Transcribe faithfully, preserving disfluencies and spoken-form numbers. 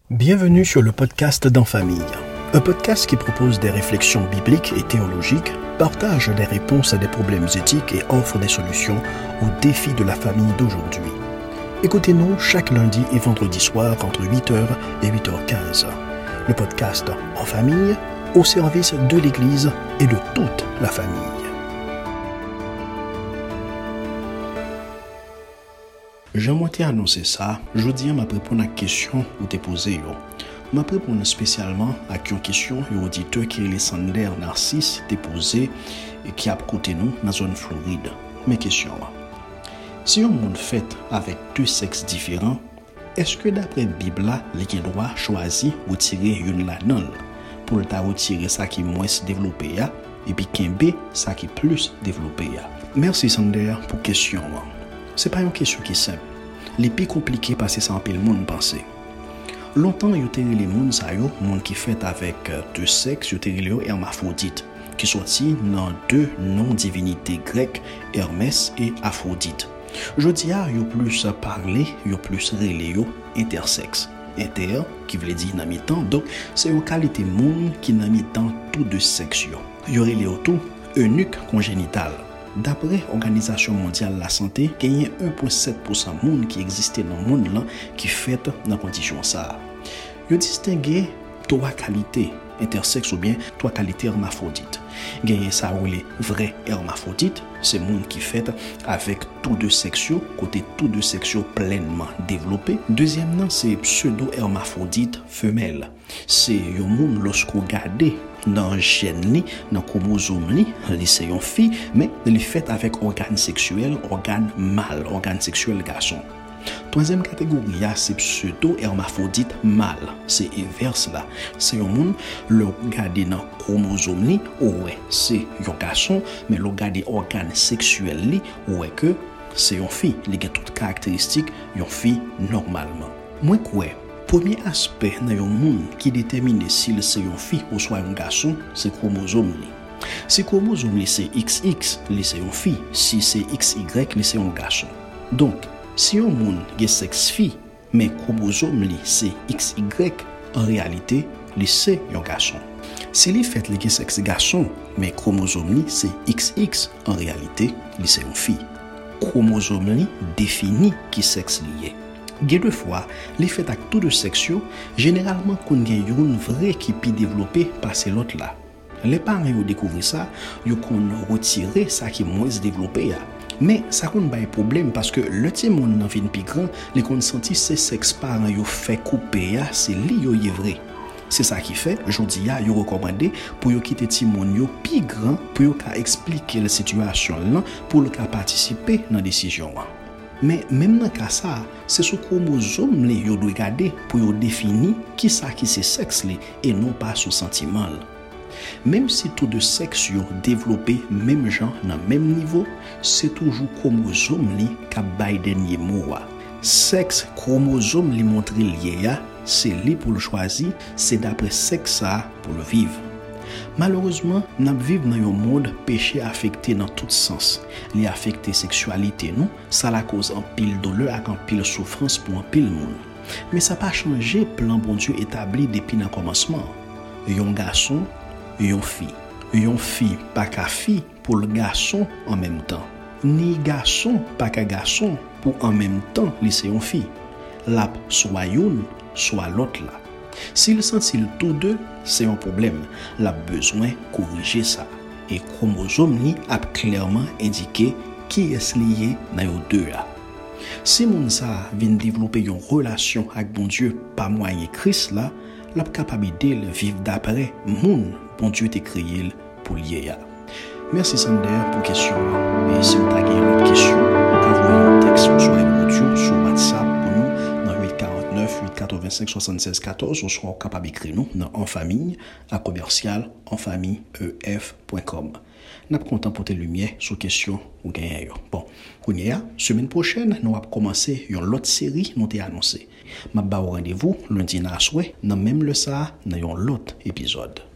Bienvenue sur le podcast d'En Famille, un podcast qui propose des réflexions bibliques et théologiques, partage des réponses à des problèmes éthiques et offre des solutions aux défis de la famille d'aujourd'hui. Écoutez-nous chaque lundi et vendredi soir entre huit heures et huit heures quinze. Le podcast En Famille, au service de l'Église et de toute la famille. J'aimerais t'annoncer ça. Je dis, je vais répondre à la question que tu as posée. Je vais répondre spécialement à une question que l'auditeur qui est Alexander Narcisse t'a posée et qui a côté nous dans la zone Floride. Mes questions. Si un monde fait avec deux sexes différents, est-ce que d'après la Bible, les droit choisir ou tirer une là-dedans pour ta retirer ça qui est moins développé et puis qu'un ça qui est plus développé? Merci Sander pour la question. C'est pas une question qui est simple. Les plus compliqués parce que ça en le monde penser. Longtemps, il y a eu les mondes ça yo, monde qui fait avec deux sexes, il y a eu hermaphrodite qui sorti dans deux noms divinités grecques, Hermès et Aphrodite. Je dis ah, yo plus parler, yo plus relé yo intersexe. Inter qui veut dire dans mi-temps. Donc c'est une qualité monde qui dans mi-temps tout deux sexes yo. Yo relé tout eunuque congénital. D'après l'Organisation mondiale de la santé, il y a un virgule sept pour cent de monde qui existait dans le monde là qui fait dans les conditions ça. Il y a distingué trois qualités intersexe ou bien trois qualités hermaphrodites. Il y a ça où les vrais hermaphrodites, c'est monde qui fait avec tous deux sexes, côté tous deux sexes pleinement développés. Deuxièmement, c'est pseudo hermaphrodite femelle. C'est un monde lorsqu'on regarde dans le gène, dans le chromosome, c'est une fille, mais elle est faite avec organe sexuel, organe mâle, organe sexuel garçon. Troisième catégorie, c'est pseudo-hermaphrodite mâle. C'est inverse là. C'est un monde, le regarder dans le chromosome, ouais, c'est un garçon, mais le regarder organe sexuel, ouais, que c'est une fille. Il y a toutes les caractéristiques d'une fille normalement. Moi, quoi? Premier aspect dans un monde qui détermine si c'est une fille ou soit un garçon, c'est le chromosome. Si le chromosome c'est X X, c'est une fille. Si c'est X Y, c'est un garçon. Donc, si un monde est sexe fille, mais le chromosome c'est X Y, en réalité, c'est un garçon. Si les fait les sexe garçon, mais le chromosome c'est X X, en réalité, c'est une fille. Le chromosome définit qui sexe lié. Deux fois, les faits avec tout de sexe, généralement, qu'on a une vraie qui peut développer passer l'autre là. Les parents ont découvert ça, ils ont retiré ça qui est moins développé. Mais ça n'a pas de problème parce que le petit monde dans vie plus grand, les qu'on senti ces sexes parents ont fait couper, c'est lié vrai. C'est ça qui fait, aujourd'hui, ils ont recommandé pour qu'ils quitter petit monde plus grand pour qu'ils expliquer la situation là pour qu'ils participer dans la décision. Mais même dans le cas ça, c'est ce chromosome que vous devez regarder pour définir qui ça qui c'est sexe et non pas ce sentiment. Même si tous deux sexes ont développé même genre dans le même niveau, c'est toujours chromosome qui a bail dernier mot. Sexe chromosome li montre lié, c'est lui pour le choisir, c'est d'après sexe ça pour le vivre. Malheureusement, nous vivons dans un monde péché affecté dans tous sens. Il affecte la sexualité, nous, ça la cause en pile douleur et en pile souffrance pour un pile monde. Mais ça n'a pas changé le plan bon Dieu établi depuis le commencement. Un garçon, une fille. Une fille, pas qu'à fille pour le garçon en même temps. Ni garçon, pas qu'à garçon pour en même temps laisser une fille. La soit une, soit l'autre là. S'il sentit tous deux, c'est un problème. Il a besoin de corriger ça. Et le chromosome a clairement indiqué qui est lié dans les deux. Si mon ça vient développer une relation avec bon Dieu par moyen de Christ, là, il est capable de vivre d'après mon bon Dieu t'a créé pour lier. Merci Sander pour la question. Et si vous avez une autre question, vous pouvez envoyer un texte sur audio sur WhatsApp pour nous dans huit quarante-neuf huit quatre-vingt-cinq soixante-seize quatorze ou soit capable d'écrire nous dans En Famille à commercial enfamille e f point com. Nous sommes contents pour tes lumières sur question ou gagner. Bon, semaine prochaine, nous allons commencer une autre série nous t'ai annoncé. Je vous rendez-vous lundi dans la soirée, dans même le ça, dans un autre épisode.